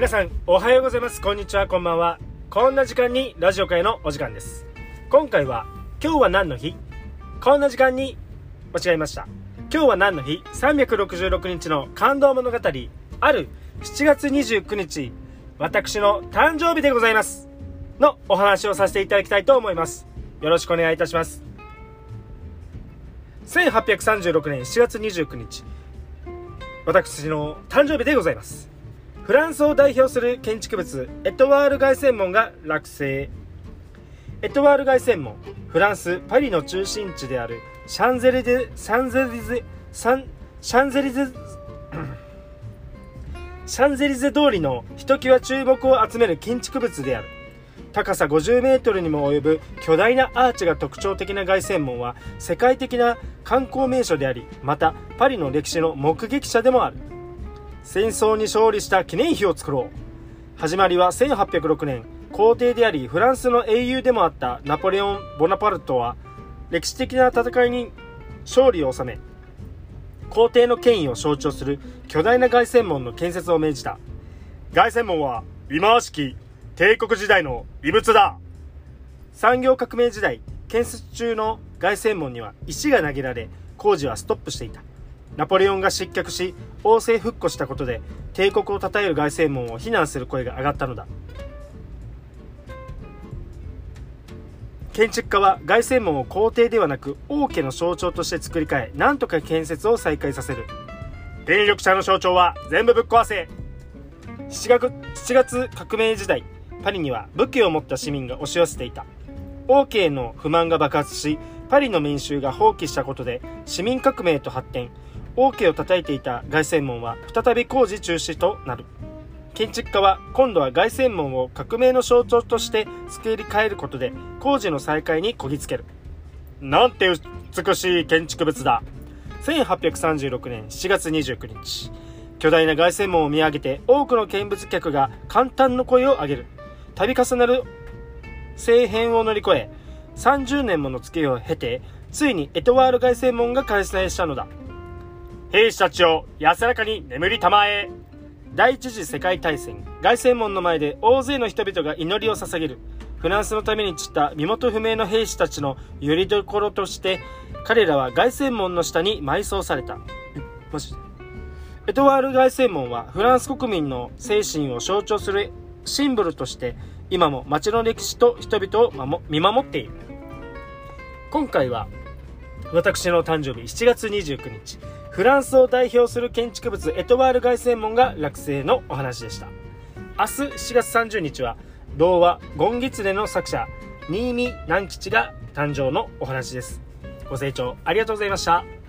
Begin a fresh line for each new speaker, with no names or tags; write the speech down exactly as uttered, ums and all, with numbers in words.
皆さんおはようございます。こんにちは、こんばんは。こんな時間にラジオ会のお時間です。今回は今日は何の日、こんな時間に間違えました。今日は何の日、さんびゃくろくじゅうろくにちの感動物語、あるしちがつにじゅうくにち、私の誕生日でございますのお話をさせていただきたいと思います。よろしくお願いいたします。せんはっぴゃくさんじゅうろくねんしちがつにじゅうくにち、私の誕生日でございます。フランスを代表する建築物エトワール凱旋門が落成。エトワール凱旋門、フランスパリの中心地であるシャンゼリゼシャンゼリゼシャンシャンゼリゼシャンゼリゼ通りのひときわ注目を集める建築物である。高さごじゅうメートルにも及ぶ巨大なアーチが特徴的な凱旋門は世界的な観光名所であり、またパリの歴史の目撃者でもある。戦争に勝利した記念碑を作ろう。始まりはせんはっぴゃくろくねん、皇帝でありフランスの英雄でもあったナポレオン・ボナパルトは歴史的な戦いに勝利を収め、皇帝の権威を象徴する巨大な凱旋門の建設を命じた。凱旋門は忌まわしき帝国時代の遺物だ。産業革命時代、建設中の凱旋門には石が投げられ、工事はストップしていた。ナポレオンが失脚し王政復古したことで、帝国を称える凱旋門を非難する声が上がったのだ。建築家は凱旋門を皇帝ではなく王家の象徴として作り変え、なんとか建設を再開させる。権力者の象徴は全部ぶっ壊せ。しちがつ革命時代、パリには武器を持った市民が押し寄せていた。王家への不満が爆発し、パリの民衆が放棄したことで市民革命と発展。王家を叩いていた凱旋門は再び工事中止となる。建築家は今度は凱旋門を革命の象徴として作り変えることで工事の再開にこぎつける。なんて美しい建築物だ。せんはっぴゃくさんじゅうろくねんしちがつにじゅうくにち、巨大な凱旋門を見上げて多くの見物客が感嘆の声を上げる。度重なる政変を乗り越え、さんじゅうねんもの月を経てついにエトワール凱旋門が開催したのだ。兵士たちを安らかに眠りたまえ。第一次世界大戦、凱旋門の前で大勢の人々が祈りを捧げる。フランスのために散った身元不明の兵士たちの拠り所として彼らは凱旋門の下に埋葬された。マジでエトワール凱旋門はフランス国民の精神を象徴するシンボルとして今も町の歴史と人々を見守っている。今回は私の誕生日しちがつにじゅうくにち、フランスを代表する建築物エトワール凱旋門が落成のお話でした。明日しちがつさんじゅうにちは童話ゴンギツネの作者新見南吉が誕生のお話です。ご清聴ありがとうございました。